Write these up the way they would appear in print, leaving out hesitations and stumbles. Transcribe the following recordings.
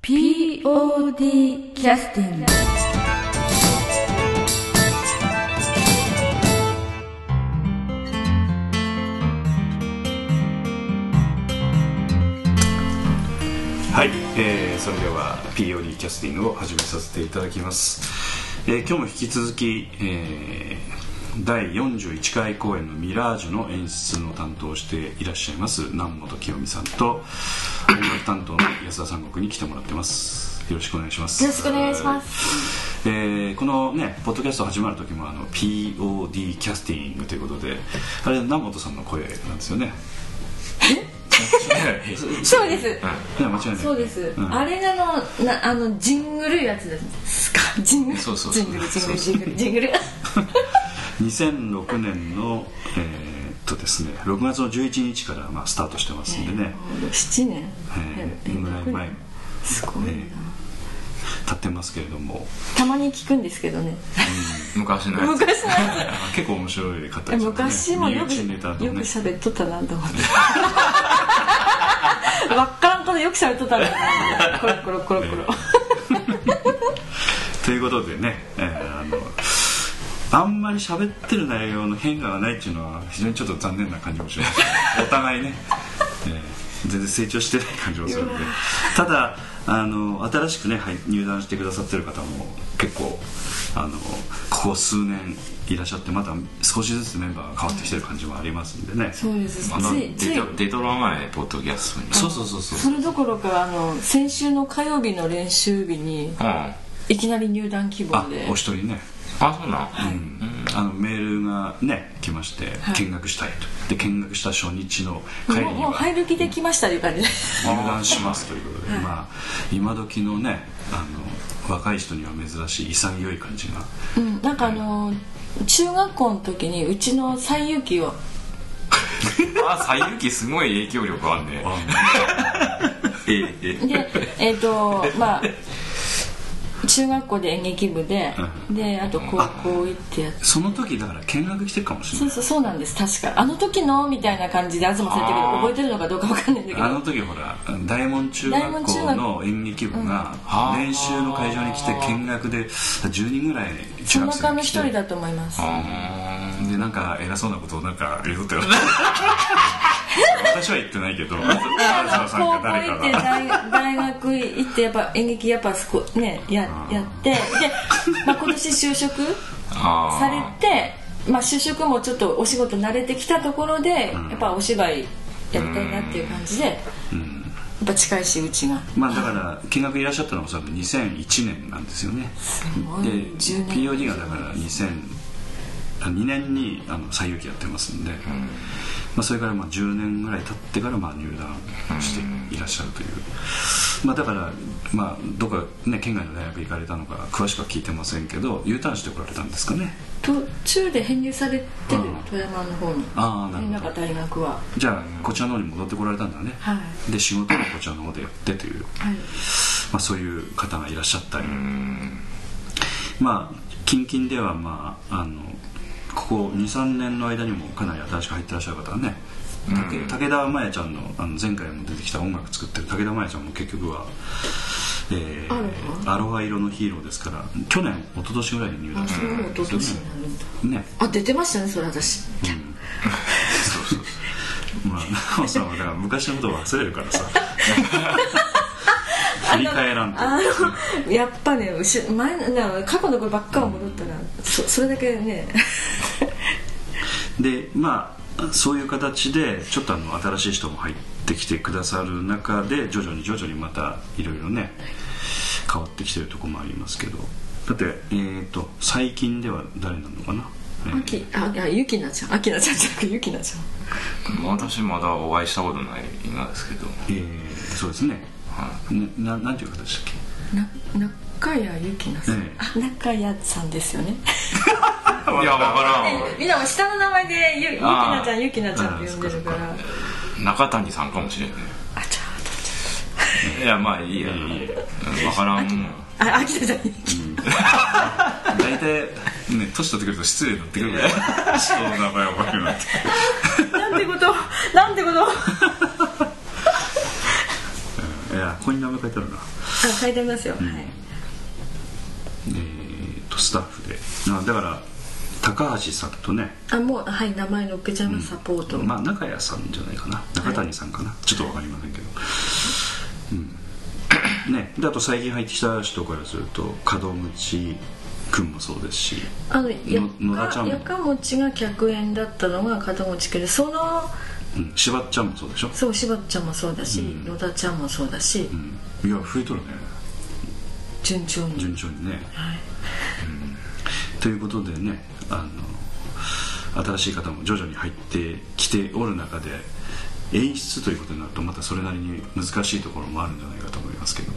POD キャスティング。 はい、それでは POD キャスティングを始めさせていただきます。今日も引き続き、第41回公演のミラージュの演出の担当をしていらっしゃいます南本清美さんと音楽担当の安田三国に来てもらってます。よろしくお願いします。 よろしくお願いします。 このねポッドキャスト始まる時もPOD キャスティングということで、あれ南本さんの声なんですよね。 そうです、 間違いない。 そうです、あれジングルやつですか。ジングル 2006年のですね、6月の11日からスタートしてますんでね、 7年ぐらい前すごいな、 経ってますけれども、 たまに聞くんですけどね、 昔のやつ結構面白い方ですよね。 昔もよく喋っとったなと思ってわっからんことよく喋っとったなコロコロということでね、あんまり喋ってる内容の変化がないっていうのは非常にちょっと残念な感じもしますお互いね、全然成長してない感じもするので、ただ新しくね入団してくださってる方も結構ここ数年いらっしゃって、また少しずつメンバーが変わってきてる感じもありますんでね。 そうです。 デトロ前ポッドキャストにそうそれどころか先週の火曜日の練習日に、いきなり入団希望でお一人ね。 そうなん、 メールがね来まして、見学したいと。で見学した初日の帰りにはもう入る気で来ましたという感じで入団しますということで、今時のね若い人には珍しい潔い感じが、 なんか中学校の時にうちの西遊記を西遊記すごい影響力あんね。 で中学校で演劇部で、であと高校行ってやって、 その時だから見学来てるかもしれない。 そうなんです。確かあの時のみたいな感じで東先生が覚えてるのかどうか分かんないんだけど、 あの時ほら大門中学校の演劇部が練習の会場に来て見学で10人ぐらい中学生が来て、 その中の一人だと思います。 でなんか偉そうなことをなんか言うとったよ私は言ってないけど、 高校行って大学行ってやっぱ演劇やってで、今年就職されて、就職もちょっとお仕事慣れてきたところで、やっぱお芝居やりたいなっていう感じで、やっぱ近いしうちがだから見学いらっしゃったのは2001年なんですよね。 すごい。 で POD がだから2002年に西遊記やってますんで、それから10年ぐらい経ってから入団していらっしゃるという、だからどこかね県外の大学行かれたのか詳しくは聞いてませんけど、U ターンしてこられたんですかね。 途中で編入されてる、富山の方に。 なるほど。 大学はじゃあこちらの方に戻ってこられたんだね。で仕事もこちらの方でやってという、そういう方がいらっしゃったり、近々ではここ 2,3 年の間にもかなり新しく入ってらっしゃる方はね、武田真弥ちゃんの前回も出てきた音楽作ってる武田真弥ちゃんも結局は、アロハ色のヒーローですから、去年一昨年ぐらいに入団してるんですよね。 出てましたねそれ私。 そう直さんはだから昔のことを忘れるからさ振り返らんと。 やっぱね過去のことばっかり戻ったら、それだけねでそういう形でちょっと新しい人も入ってきてくださる中で徐々にまたいろいろね変わってきてるところもありますけど、だって最近では誰なのかな。 ゆきなちゃん、あきなちゃんじゃなくてゆきなちゃん。 私まだお会いしたことないんですけど、 そうですね。なんていう方でしたっけ。中谷ゆきなさん、中谷さんですよね。 いや分からん。 みんなも下の名前でゆきなちゃんって呼んでるから。 中谷さんかもしれない。いやいいや分からん。 あきなちゃん。 大体ね年取ってくると失礼になってくるぐらい人の名前を覚えるなんて。なんてこと。いやここに名前書いてあるな。 書いてますよ、はい。 スタッフでだから高橋さんとね、 もうはい、名前載っけちゃいます、サポート。 中谷さんじゃないかな、中谷さんかな、ちょっと分かりませんけど、ね、であと最近入ってきた人からすると門口くんもそうですし、野田ちゃんも、やかもちが客演だったのが門口くんで、そのしばっちゃんもそうでしょ。 そう、しばっちゃんもそうだし、野田ちゃんもそうだし、 いや増えとるね、 順調にね、はい。ということでね、新しい方も徐々に入ってきておる中で、演出ということになるとまたそれなりに難しいところもあるんじゃないかと思いますけど。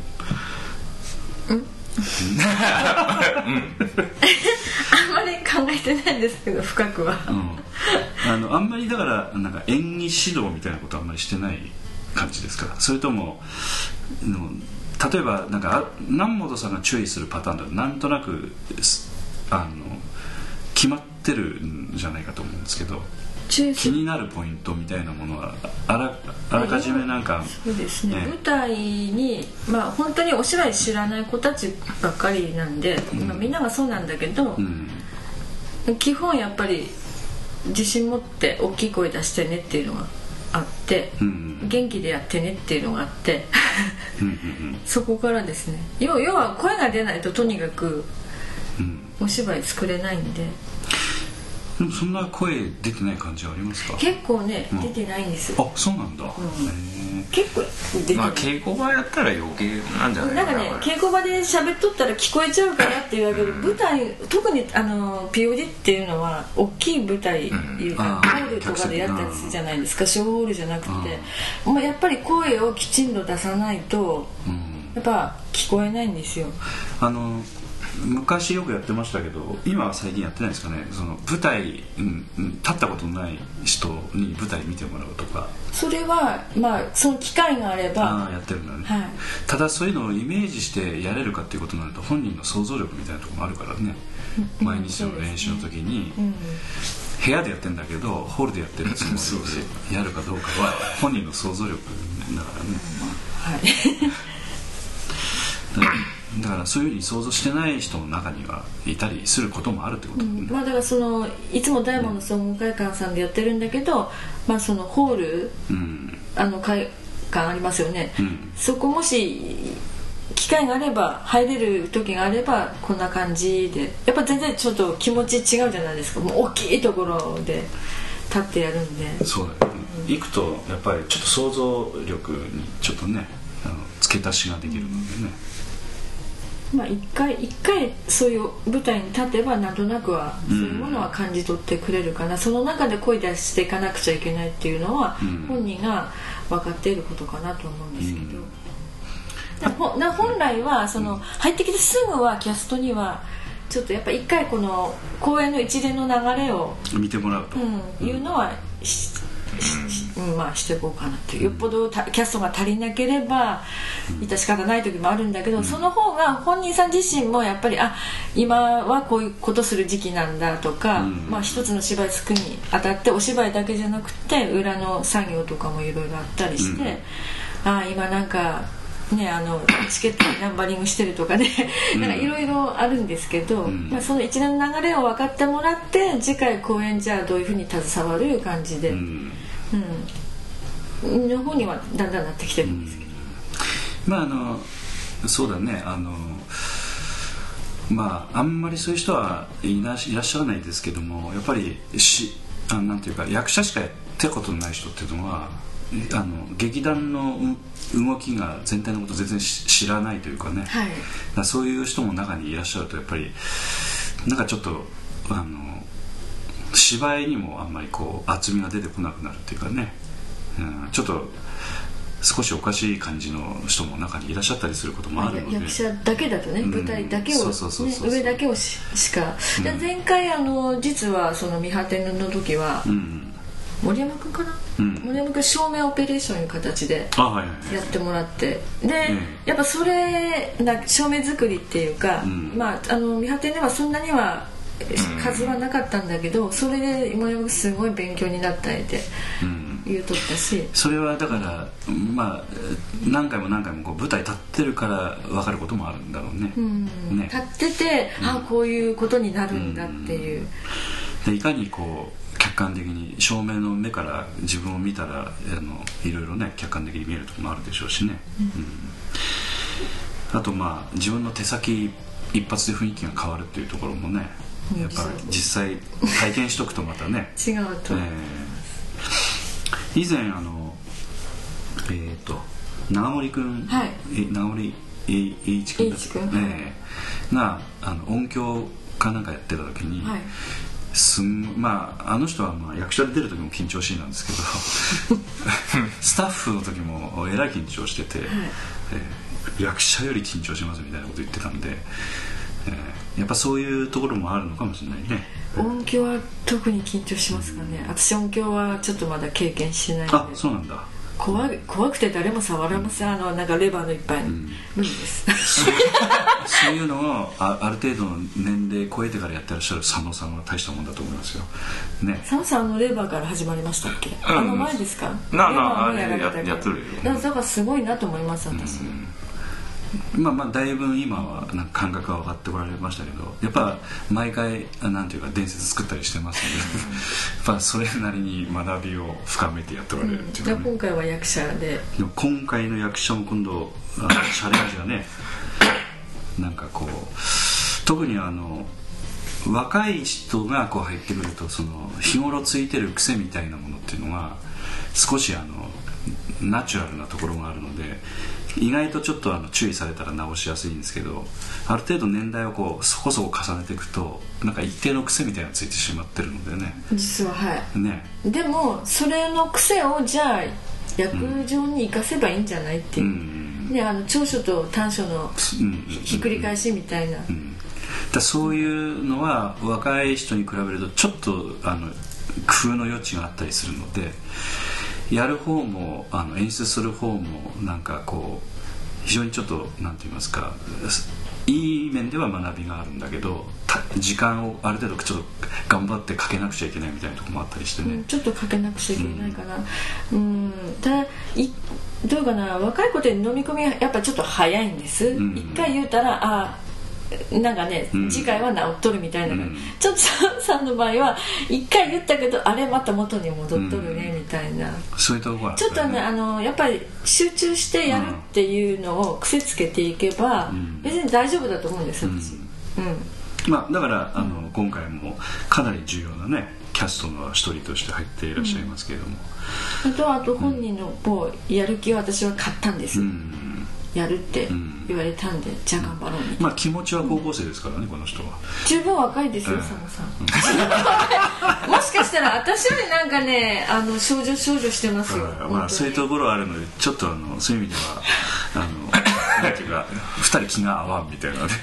あんまり考えてないんですけど、深くは、 あんまりだからなんか演技指導みたいなことはあんまりしてない感じですか。それとも例えばなんか南本さんが注意するパターンだとなんとなく決まってるんじゃないかと思うんですけど、気になるポイントみたいなものはあらかじめなんか、 そうですね、舞台に本当にお芝居知らない子たちばっかりなんで、みんながそうなんだけど、基本やっぱり自信持って大きい声出してねっていうのがあって、元気でやってねっていうのがあってそこからですね、要は声が出ないととにかくお芝居作れないんで。 でもそんな声出てない感じはありますか。 結構ね、出てないんですよ。 そうなんだ、 結構出てない。 稽古場やったら余計なんじゃないかな。 なんかね、稽古場で喋っとったら聞こえちゃうからっていうわけで、舞台特にPOD っていうのは大きい舞台いうか、ホールとかでやったやつじゃないですか。小ホールじゃなくて、やっぱり声をきちんと出さないとやっぱ聞こえないんですよ。 昔よくやってましたけど、今は最近やってないですかね。その舞台、立ったことない人に舞台見てもらうとか。 それはその機会があればやってるんだね、 はい。 ただそういうのをイメージしてやれるかっていうことになると、本人の想像力みたいなところもあるからね、毎日の練習の時に、部屋でやってるんだけどホールでやってるつもりでやるかどうかは本人の想像力だからね、だからそういうふうに想像してない人の中にはいたりすることもあるってことだね。 だからいつも大門の総合会館さんでやってるんだけど、そのホール、会館ありますよね、そこもし機会があれば入れる時があればこんな感じで、やっぱ全然ちょっと気持ち違うじゃないですか。もう大きいところで立ってやるんで。そうだよね、 行くとやっぱりちょっと想像力にちょっとね付け足しができるのでね、 一回そういう舞台に立てばなんとなくはそういうものは感じ取ってくれるかな、その中で声出していかなくちゃいけないっていうのは本人が分かっていることかなと思うんですけど、本来は入ってきてすぐはキャストにはちょっとやっぱ一回この公演の一連の流れを見てもらうと、 いうのはしていこうかなって。よっぽどキャストが足りなければ致し方ない時もあるんだけど、その方が本人さん自身もやっぱり今はこういうことする時期なんだとか、一つの芝居作るにあたってお芝居だけじゃなくて裏の作業とかもいろいろあったりして、今なんかね、チケットにナンバリングしてるとかねなんかいろいろあるんですけど、その一連の流れを分かってもらって、次回公演じゃあどういうふうに携わる感じで、の方にはだんだんなってきてるんですけど、 そうだね、あんまりそういう人はいらっしゃらないですけども、やっぱりなんていうか、役者しかやったことのない人っていうのは劇団の動きが全体のこと全然知らないというかね、そういう人も中にいらっしゃると、やっぱりなんかちょっと芝居にもあんまり厚みが出てこなくなるっていうかね、ちょっと少しおかしい感じの人も中にいらっしゃったりすることもあるので、 役者だけだとね、舞台だけを、上だけをしか、前回実はその見果ての時は、森山君かな、森山君照明オペレーションいう形でやってもらって、でやっぱそれ照明作りっていうか、見果てではそんなには数はなかったんだけど、それで森山君すごい勉強になったりで、 言うとったし、 それはだからまあ何回も何回もこう舞台立ってるから分かることもあるんだろうね。ね、 立ってて、こういうことになるんだっていう、 でいかにこう客観的に正面の目から自分を見たらいろいろね客観的に見えるところもあるでしょうしね、あとまあ自分の手先一発で雰囲気が変わるっていうところもね、やっぱり実際体験しとくとまたね違うと、 以前長森くん、長森栄一君だっけ、が音響かなんかやってた時に、まああの人はまあ役者で出る時も緊張しいなんですけどスタッフの時もえらい緊張してて、役者より緊張しますみたいなこと言ってたんで、やっぱそういうところもあるのかもしれないね。 音響は特に緊張しますかね。私音響はちょっとまだ経験してないんで。 あ、そうなんだ。 怖くて誰も触れません。なんかレバーのいっぱい、無理ですそういうのをある程度の年齢超えてからやってらっしゃる佐野さんは大したもんだと思いますよ、ね、 佐野さんレバーから始まりましたっけ、前ですか。 あれやってるよ。 だからすごいなと思います私。 まあだいぶ今はなんか感覚が分かってこられましたけど、やっぱ毎回なんていうか伝説作ったりしてますのでやっぱそれなりに学びを深めてやっておられるっていうのは、ね、 今回は役者で今回の役者も今度チャレンジがねなんかこう特に若い人がこう入ってくるとその日頃ついてる癖みたいなものっていうのが少しナチュラルなところがあるので意外とちょっと注意されたら直しやすいんですけど、ある程度年代をこうそこそこ重ねていくとなんか一定の癖みたいなのがついてしまってるのでね、 実はね、 でもそれの癖をじゃあ役上に生かせばいいんじゃないっていう、ね、長所と短所のひっくり返しみたいな、 だそういうのは若い人に比べるとちょっと工夫の余地があったりするので、やる方も演出する方もなんかこう非常にちょっとなんて言いますか、いい面では学びがあるんだけど時間をある程度ちょっと頑張ってかけなくちゃいけないみたいなところもあったりしてね、 ちょっとかけなくちゃいけないかな、ただどうかな、若い子で飲み込みはやっぱちょっと早いんです、一回言うたらなんかね、次回は治っとるみたいな、ちょっとさんの場合は一回言ったけどあれまた元に戻っとるねみたいな、 そういうところはちょっとねやっぱり集中してやるっていうのを癖つけていけば別に大丈夫だと思うんです私。 まあだから今回もかなり重要なねキャストの一人として入っていらっしゃいますけれども、 あと本人のやる気を私は買ったんですよ、やるって言われたんで、じゃあ頑張ろうみたいな、 まあ気持ちは高校生ですからね、この人は十分若いですよ、佐野さんもしかしたら私よりなんかね少女してますよ、 まあそういうところはあるのでちょっとそういう意味ではなんていうか2人気が合わんみたいなね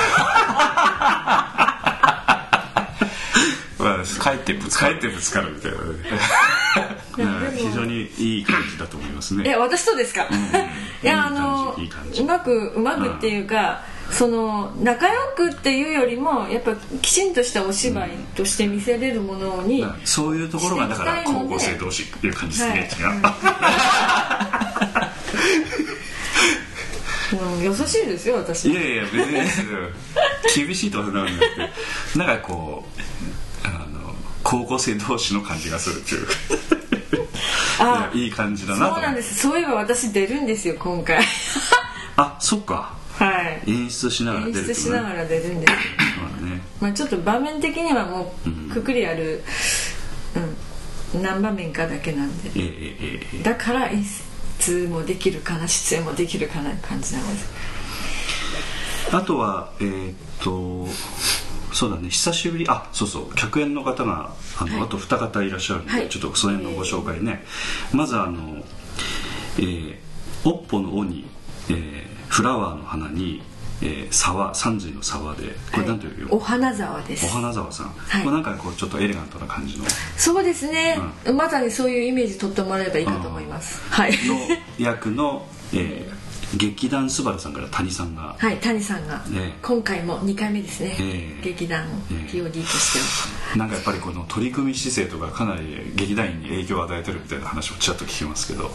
帰ってぶつかるみたいなね非常にいい感じだと思いますね。 私とですか、いやいい感じうまくっていうか、その仲良くっていうよりもやっぱきちんとしたお芝居として見せれるものに、 そういうところがだから高校生同士っていう感じですね、 優しいですよ私。 いや別に厳しいとはなるんだってなんかこう高校生同士の感じがするっていういい感じだなと。 そうなんです。そういえば私出るんですよ今回そっか、演出しながら出るんですよ、まあちょっと場面的にはもうくくりある、何場面かだけなんで、だから演出もできるかな出演もできるかな感じなんです。 あとはそうだね、久しぶりそう客演の方があと2方いらっしゃるので、ちょっとその辺のご紹介ね、まずおっぽの尾に、フラワーの花に、沢三髄の沢でこれなんていう、 お花沢です。 お花沢さん、これなんかこうちょっとエレガントな感じの、 そうですね、まさにそういうイメージ取ってもらえばいいかと思います、の役の、 劇団スバルさんから谷さんが、 はい、谷さんが、今回も2回目ですね、劇団 POD としては、 なんかやっぱりこの取り組み姿勢とかかなり劇団員に影響を与えてるみたいな話をちらっと聞きますけど、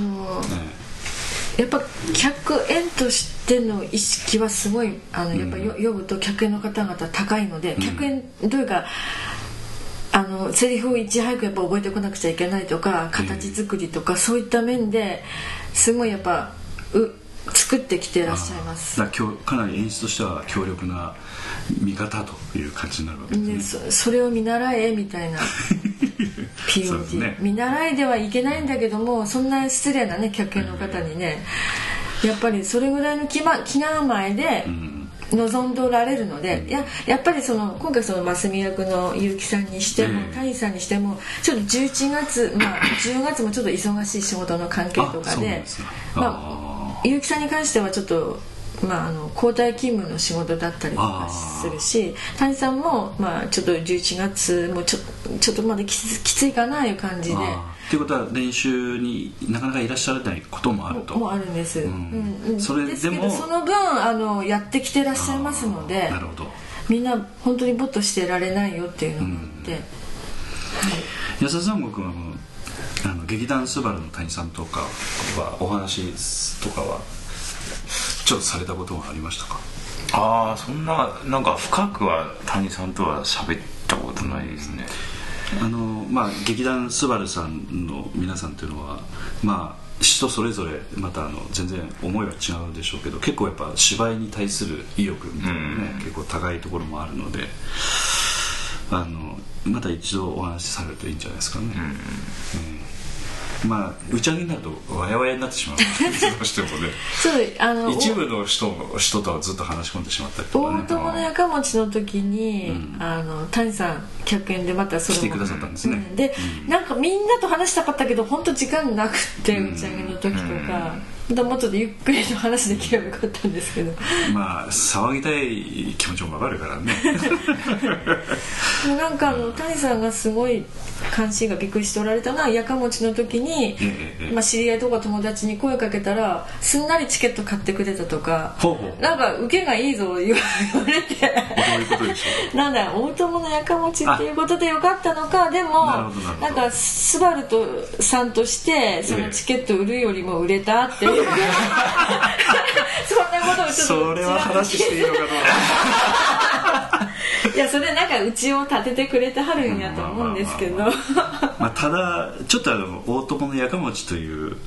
やっぱ客演としての意識はすごいやっぱ呼ぶと客演の方々高いので、客演というかセリフをいち早くやっぱ覚えてこなくちゃいけないとか、形作りとかそういった面ですごいやっぱ作ってきてらっしゃいます。 だからかなり演出としては強力な味方という感じになるわけですね。 それを見習えみたいなPOD、ね、見習いではいけないんだけども、そんな失礼なね客演の方にね、やっぱりそれぐらいの気構えで望んでおられるので、やっぱり今回真澄役の結城さんにしても、谷さんにしてもちょっと11月、10月もちょっと忙しい仕事の関係とかで、結城さんに関してはちょっと交代勤務の仕事だったりとかするし、谷さんもちょっと11月もちょっとまだきついかないう感じで。 ということは練習になかなかいらっしゃらないこともあると。 もあるんです、 それでもその分やってきてらっしゃいますので、 なるほど、 みんな本当にぼっとしてられないよっていうのがあって、 安田三国は劇団スバルの谷さんとかはお話とかはちょっとされたことはありましたか？ そんななんか深くは谷さんとは喋ったことないですね。 劇団スバルさんの皆さんというのは人それぞれまた全然思いは違うでしょうけど、結構やっぱ芝居に対する意欲みたいなね、結構高いところもあるので、また一度お話しされるといいんじゃないですかね。打ち上げになるとワヤワヤになってしまうどうしてもねそう一部の人とはずっと話し込んでしまったりとかね。 大友のやかもちの時に、谷さん客演でまた来てくださったんですね。 で、なんかみんなと話したかったけど本当時間なくて、打ち上げの時とか、もうちょっとゆっくりと話できればよかったんですけど、 騒ぎたい気持ちもわかるからねなんか谷さんがすごい関心がびっくりしておられたのは、やかもちの時に、知り合いとか友達に声かけたらすんなりチケット買ってくれたとか、なんか受けがいいぞ言われてどういうことでしょうなんだ大友のやかもちっていうことでよかったのか、でもなんかスバルトさんとしてそのチケット売るよりも売れたっていう、そんなことをちょっとそれは話していいのかいや、それなんかうちを立ててくれてはるんやと思うんですけど、 ただちょっと大友のやかもちという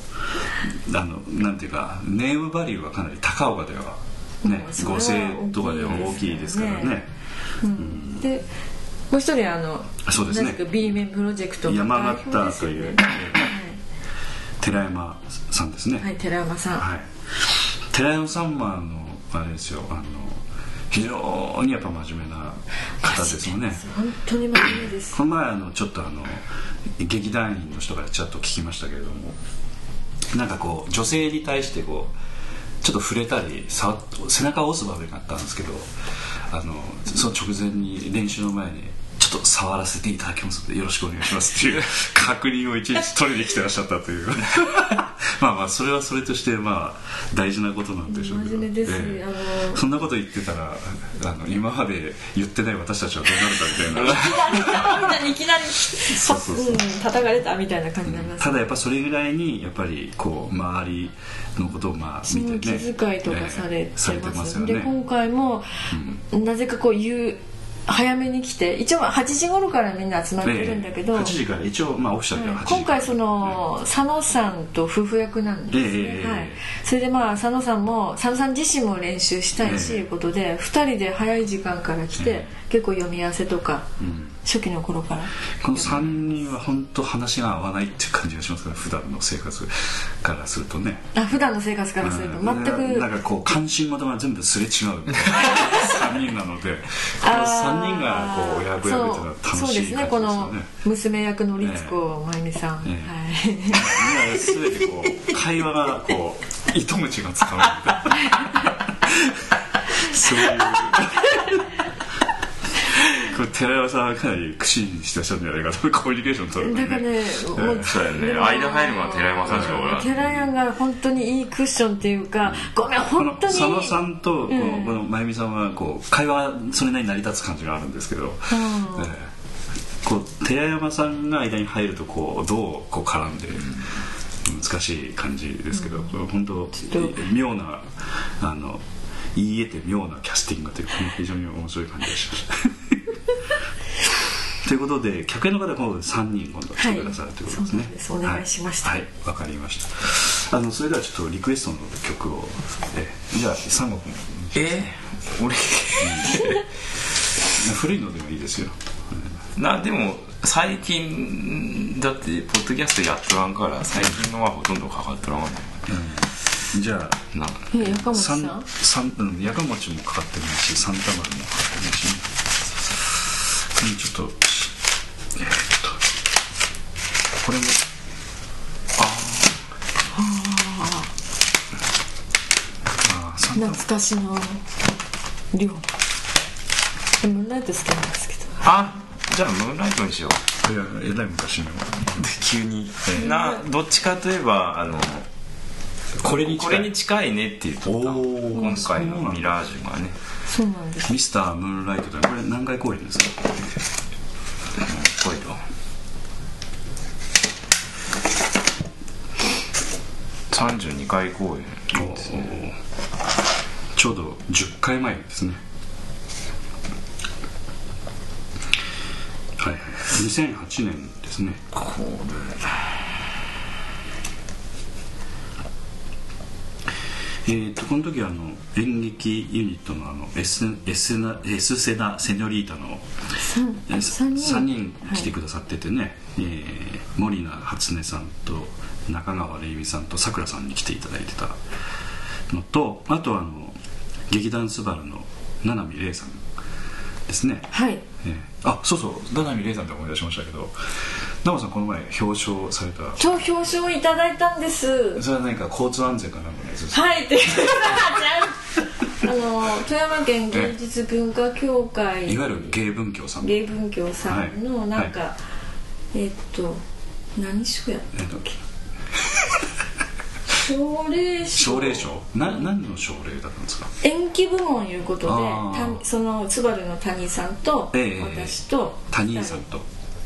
なんていうかネームバリューはかなり高岡ではね、合成とかでは大きいですからね。 でもう一人そうですね、 B 面プロジェクト山形という寺山さんですね。 はい、寺山さん、 寺山さんはあれですよ、非常にやっぱ真面目な方ですよね。 本当に真面目です。 この前ちょっと劇団員の人からちらっと聞きましたけれども、なんかこう女性に対してこうちょっと触れたり背中を押す場面があったんですけど、その直前に練習の前にちょっと触らせていただきますのでよろしくお願いしますっていう確認をいちいち取りに来てらっしゃったというそれはそれとして大事なことなんでしょうけど、 真面目です、 そんなこと言ってたら今まで言ってない私たちはどうなるかみたいないきなり叩かれたみたいな感じになります。 ただやっぱそれぐらいにやっぱりこう周りのことを見てね、 気遣いとかされてますよね。で今回も、なぜかこう早めに来て、一応8時頃からみんな集まってるんだけど、 8時から一応オフィシャルでは8時今回佐野さんと夫婦役なんですね。それで佐野さん自身も練習したいしいうことで、2人で早い時間から来て、結構読み合わせとか、初期の頃からこの3人は本当話が合わないっていう感じがしますから、普段の生活からするとね。 普段の生活からすると全くなんかこう関心事が全部すれ違う3人なので3人がこう親役やるっていうのは楽しい感じですよね。 そうですね、この娘役の律子真由美さん、 全てこう会話がこう糸口がつかめるみたいなそういうこれ寺山さんはかなり口にしてらっしゃるんじゃないかとコミュニケーション取るのだからね、もうそうやね、間入るのは寺山さんしかおらん。 寺山が本当にいいクッションっていうか、ごめん本当に佐野さんとこの真由美さんはこう会話それなりに成り立つ感じがあるんですけど、こう寺山さんが間に入るとこうどうこう絡んで難しい感じですけど、本当妙な言い得て妙なキャスティングというか非常に面白い感じがしましたということで客演の方はこの3人今度来てくださるということですね。 そうなんです、お願いしました。 はい、わかりました。それではちょっとリクエストの曲をじゃあ三国俺古いのでもいいですよ。 でも最近だってポッドキャストやっとらんから最近のはほとんどかかっとらんわね。 じゃあやかもちさんやかもちもかかってないしサンタマルもかかってないし、ちょっとこれも懐かしの量ムーンライト好きなんですけど、 じゃあムーンライトにしよう。 えらい昔の急にどっちかといえばこれに近いねっていうと今回のミラージュがね。 そうなんです。 ミスタームーンライトでこれ何回公演ですか？ これと32回公演。 ちょうど10回前ですね。はいはい、2008年ですね。この時は演劇ユニットのエスセナセニョリータの3人来てくださっててね、森名初音さんと中川玲美さんとさくらさんに来ていただいてたのと、あと劇団スバルの七海玲さんですね。 はい、 そうそう、七海玲さんって思い出しましたけど、ナモさんこの前表彰された。 今日表彰いただいたんです。 それは何か交通安全かなんかのやつですか？ はいって富山県芸術文化協会、 いわゆる芸文協さんのなんか、何賞やったっけ？奨励賞。何の奨励だったんですか？ 延期部門いうことで、そのスバルの谷さんと、私と谷さんと、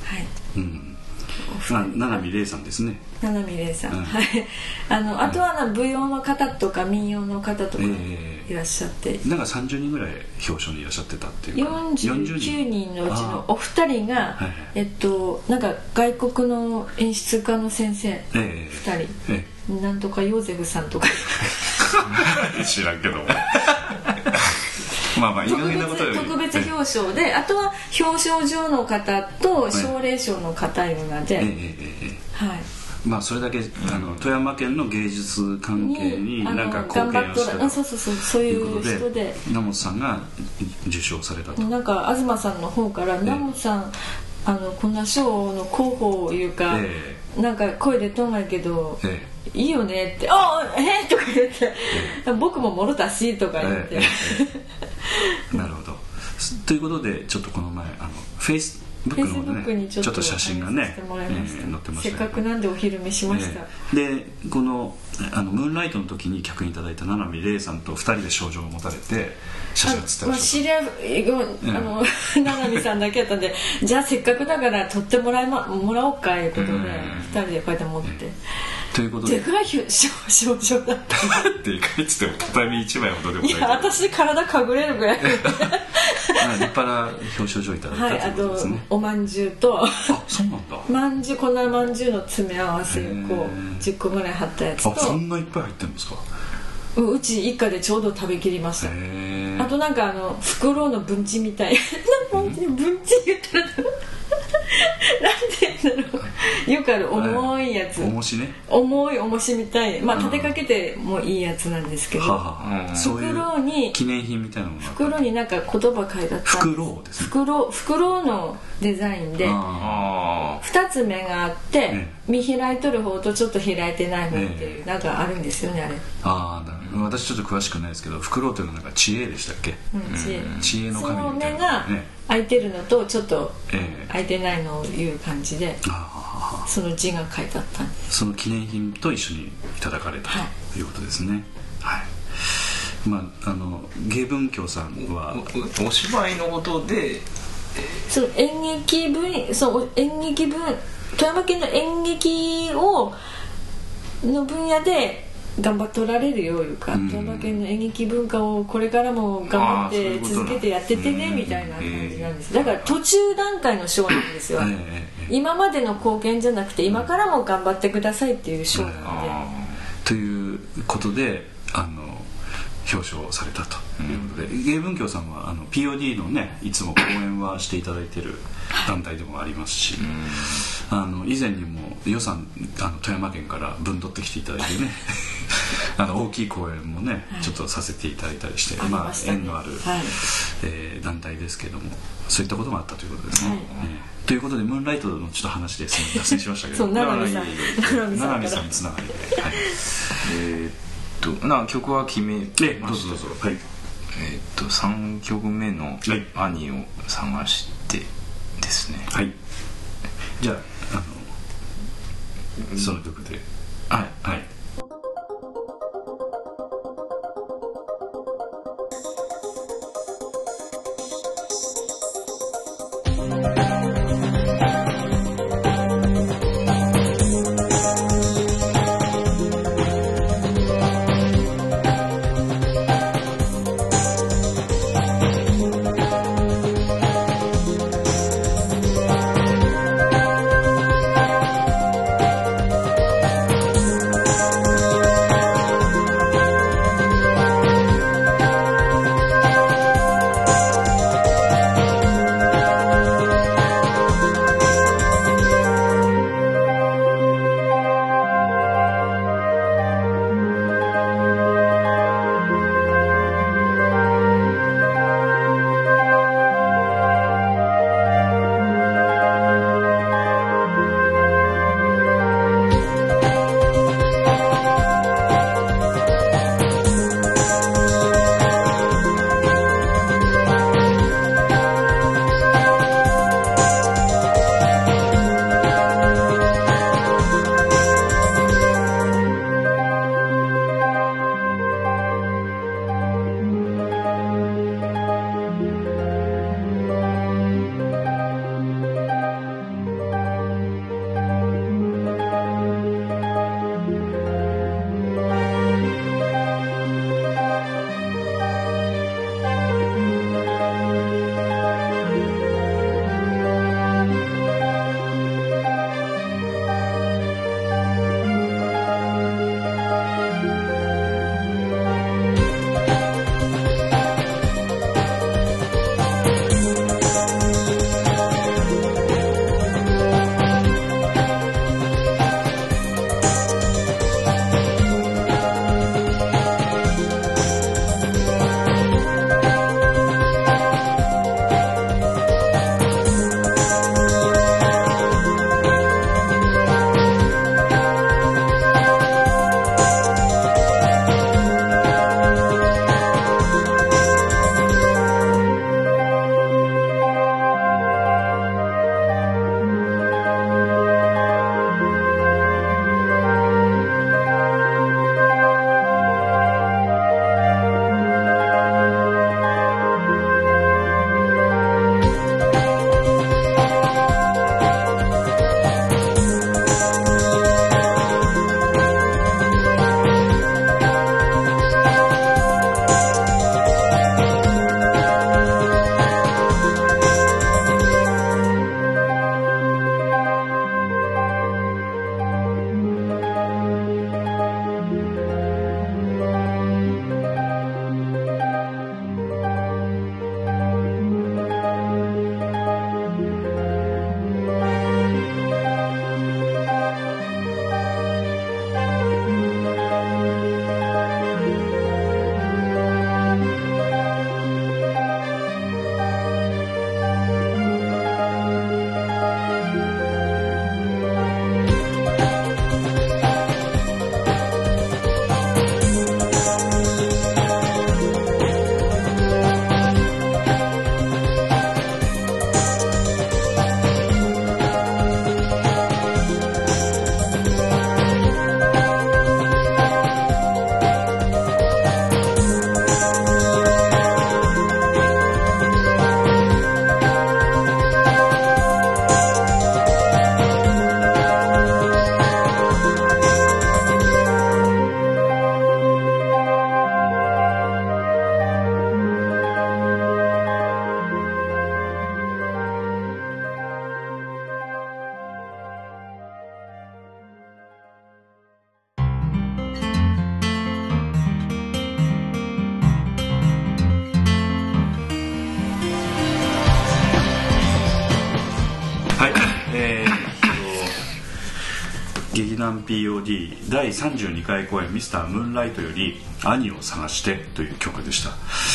七海玲さんですね。 七海玲さん、はい。あとは舞踊の方とか民謡の方とかいらっしゃって、 なんか30人ぐらい表彰にいらっしゃってたっていうか、 49人のうちのお二人が、なんか外国の演出家の先生2人、なんとかヨーゼフさんとか知らんけどまあいろんなことで特別表彰で、あとは表彰状の方と奨励賞の方いうので、 まあそれだけ富山県の芸術関係になんか貢献をしたそういう人で、 南本さんが受賞されたと。 なんか東さんの方から南本さんこんな賞の候補いうか、なんか声出とんないけど、いいよねって「とか言って「僕ももろたし」とか言ってなるほど。ということでちょっとこの前フェイスブックの方でねちょっと写真がね載ってました。 せっかくなんでお昼飯しました。 でこのムーンライトの時に客にいただいた七海玲さんと2人で賞状を持たれて写真が写ってらっしゃる。 知り合い七海さんだけやったんでじゃあせっかくだから撮ってもらおうかいうことで2人でこうやって持って。 ということででかい症状だったでかいっつっても畳1枚ほどでもない。 いや私体かぐれるぐらい立派な表彰状いただいたということですね。 あとおまんじゅうとそうなんだ。 まんじゅう、粉まんじゅうの詰め合わせをこう10個ぐらい貼ったやつと。 そんないっぱい入ってるんですか？ うち一家でちょうど食べきりました。あとなんかフクロウの文鎮みたい文鎮言ったらなんて言うんだろう、よくある重いやつ、 重しね、 重い重しみたい、立てかけてもいいやつなんですけど、 袋に記念品みたいなのが袋になんか言葉書いてあった。 袋ですね。 袋のデザインで2つ目があって、見開いとる方とちょっと開いてない方っていうなんかあるんですよね、あれ。 私ちょっと詳しくないですけど、袋というのはなんか知恵でしたっけ？知恵の神みたいな。 その目が空いてるのとちょっと空いてないのをいう感じで、その字が書いてあったんです。 その記念品と一緒にいただかれたということですね。はい。芸文教さんはお芝居のことで、 その演劇分富山県の演劇の分野で頑張っておられるよいうか、富山県の演劇文化をこれからも頑張って続けてやっててねみたいな感じなんです。だから途中段階の賞なんですよ。今までの貢献じゃなくて今からも頑張ってくださいっていう賞なので、 ということで表彰されたということで、芸文教さんはPOD のねいつも講演はしていただいている団体でもありますし、以前にも予算富山県から分取ってきていただいてね大きい講演もねちょっとさせていただいたりして、縁のある、団体ですけども、そういったこともあったということですね。ということでムーンライトのちょっと話で脱線しましたけど七海さんにつながりで、 曲は決めました。 どうぞどうぞ。はい。 3曲目の「兄」を探してですね。 はい。じゃあその曲で。 はいはい。 南 POD 第32回公演ミスタームーンライトより兄を探してという曲でした。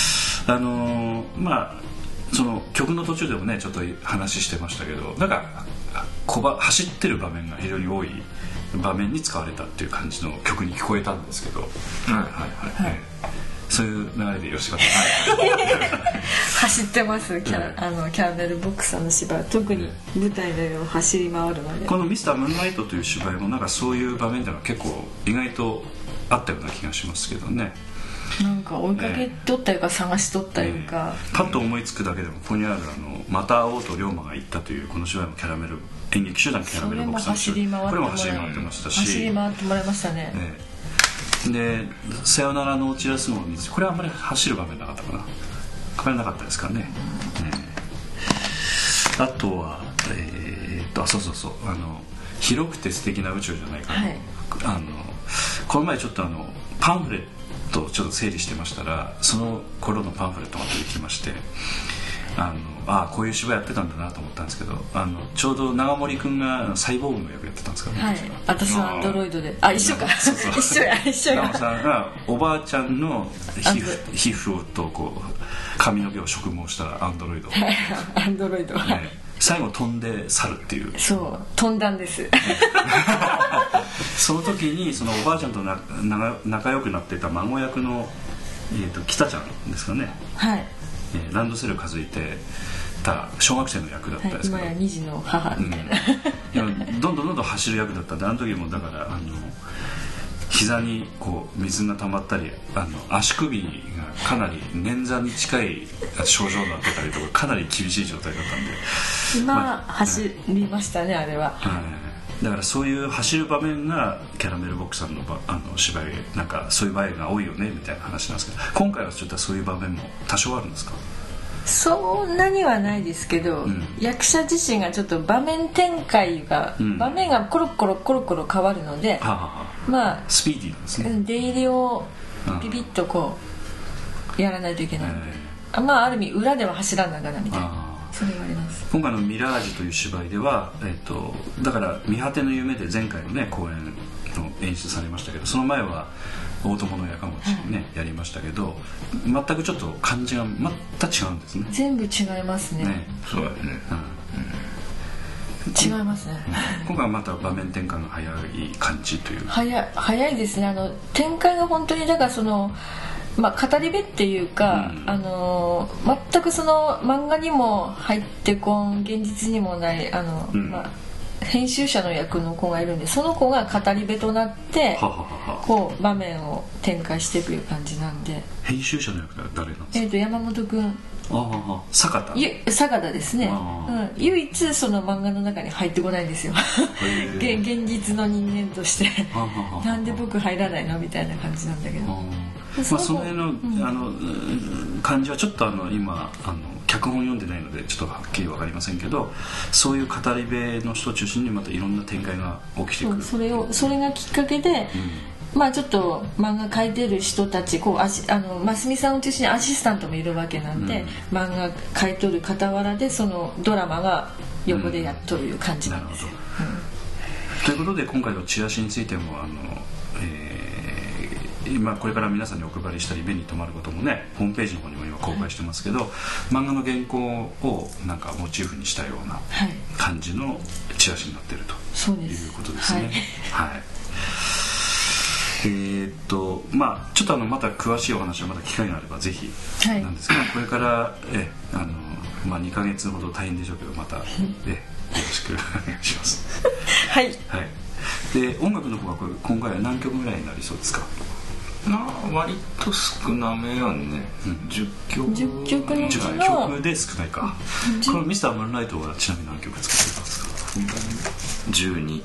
まあその曲の途中でもねちょっと話してましたけど、なんか走ってる場面が非常に多い場面に使われたっていう感じの曲に聞こえたんですけど、そういう流れでよろしかった走ってますキャラメルボックスさんの芝居、特に舞台の上を走り回るので、 このミスタームーンライトという芝居もなんかそういう場面では結構意外とあったような気がしますけどね。 なんか追いかけとったいうか探しとったいうか、 パッと思いつくだけでもここにあるまた会おうと龍馬が言ったというこの芝居もキャラメル演劇集団キャラメルボックスさんの芝居、これも走り回ってましたし、 走り回ってもらいましたね。 でさよならの散らすのにこれはあんまり走る場面なかったかな、これはなかったですからね。あとはそう広くて素敵な宇宙じゃないかな、この前ちょっとパンフレットちょっと整理してましたら、その頃のパンフレットが出てきまして、こういう芝居やってたんだなと思ったんですけど、ちょうど長森くんがサイボーグの役やってたんですからね。 私はアンドロイドで一緒か一緒長森さんがおばあちゃんの皮膚とこう髪の毛を植毛したアンドロイド、 アンドロイド、 最後飛んで去るっていう、 そう飛んだんですその時にそのおばあちゃんと仲良くなってた孫役の北ちゃんですかね、ランドセル数えてた小学生の役だったんですけど、 今や2児の母みたいな、 どんどん走る役だったんで、あの時もだから膝にこう水が溜まったり足首がかなり捻挫に近い症状になってたりとか、かなり厳しい状態だったんで今、走りましたねあれは、 だからそういう走る場面がキャラメルボックスさんの芝居なんかそういう場合が多いよねみたいな話なんですけど、今回はちょっとそういう場面も多少あるんですか？ そんなにはないですけど、役者自身がちょっと場面展開が、場面がコロコロ変わるので、まあスピーディーなんですね。 出入りをビビッとこうやらないといけないので、ある意味裏では走らながらみたいな、それはあります。 今回のミラージュという芝居では、だから見果ての夢で前回のね公演の演出されましたけど、その前は大友のやかもちね、やりましたけど、全くちょっと感じがまた違うんですね。 全部違いますね。 そうだね、 違いますね。 今回はまた場面転換が早い感じという。 早いですね。展開が本当にだから語り部っていうか、全くその漫画にも入ってこん現実にもない編集者の役の子がいるんで、その子が語り部となってこう場面を展開していく感じなんで。 編集者の役は誰なんですか？ 山本君、 坂田ですね、唯一その漫画の中に入ってこないんですよ現実の人間としてなんで僕入らないのみたいな感じなんだけど、 その辺の、感じはちょっと今脚本読んでないのでちょっとはっきり分かりませんけど、そういう語り部の人を中心にまたいろんな展開が起きてくる。それがきっかけで、ちょっと漫画描いてる人たちますみさんを中心にアシスタントもいるわけなんで、漫画描いとる傍らでそのドラマが横でやっとる感じなんですよ。 ということで今回のチラシについても今これから皆さんにお配りしたり目に留まることもね、ホームページの方にも今公開してますけど、漫画の原稿をなんかモチーフにしたような感じのチラシになっているということですね。ちょっとまた詳しいお話はまた機会があればぜひなんですけど、これから2ヶ月ほど大変でしょうけど、またよろしくお願いしますで、音楽の方は今回は何曲ぐらいになりそうですか？ 割と少なめよね、10曲の 10曲で少ないか。このミスタームーンライトはちなみに何曲作ってたんですか ？12。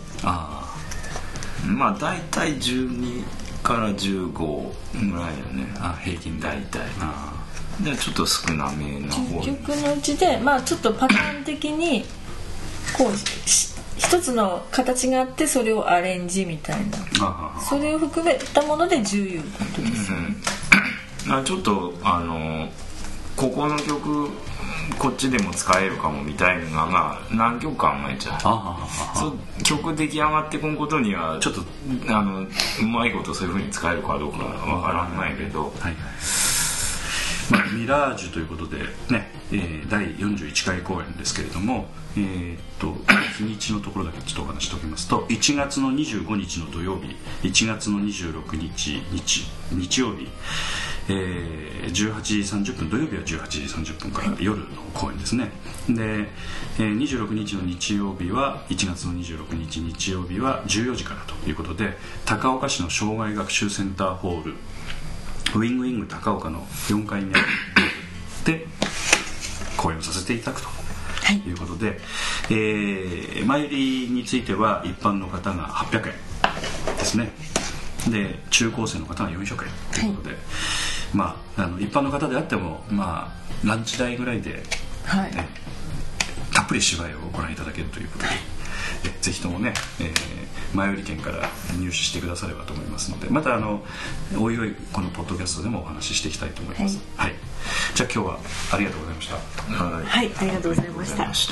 大体12から15ぐらいよね、 平均大体。でちょっと少なめの方。 10曲のうちでちょっとパターン的にこう一つの形があってそれをアレンジみたいな、それを含めたもので10いうことです、 ちょっとここの曲こっちでも使えるかもみたいなのが何曲か考えちゃう。そう曲出来上がってこんことにはちょっとうまいことそういう風に使えるかどうかわからないけど、はい、 ミラージュということでね、第41回公演ですけれども、日にちのところだけちょっとお話しておきますと、1月の25日の土曜日、1月の26日日曜日、18時30分、土曜日は18時30分から夜の公演ですね。で、26日の日曜日は1月の26日日曜日は14時からということで、高岡市の障害学習センターホールウィングウィング高岡の4階にで公演をさせていただくということで、前売りについては一般の方が800円ですね。で中高生の方が400円ということで、一般の方であっても、ランチ代ぐらいで、たっぷり芝居をご覧いただけるということで、ぜひともね、前売り券から入手してくださればと思いますので、またおいおいこのポッドキャストでもお話ししていきたいと思います。はい、じゃあ今日はありがとうございました。 はい、ありがとうございました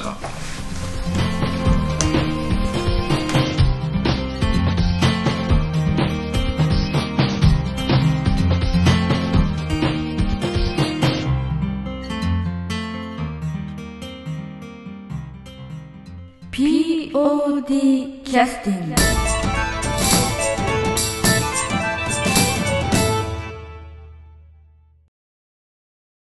。POD キャスティング。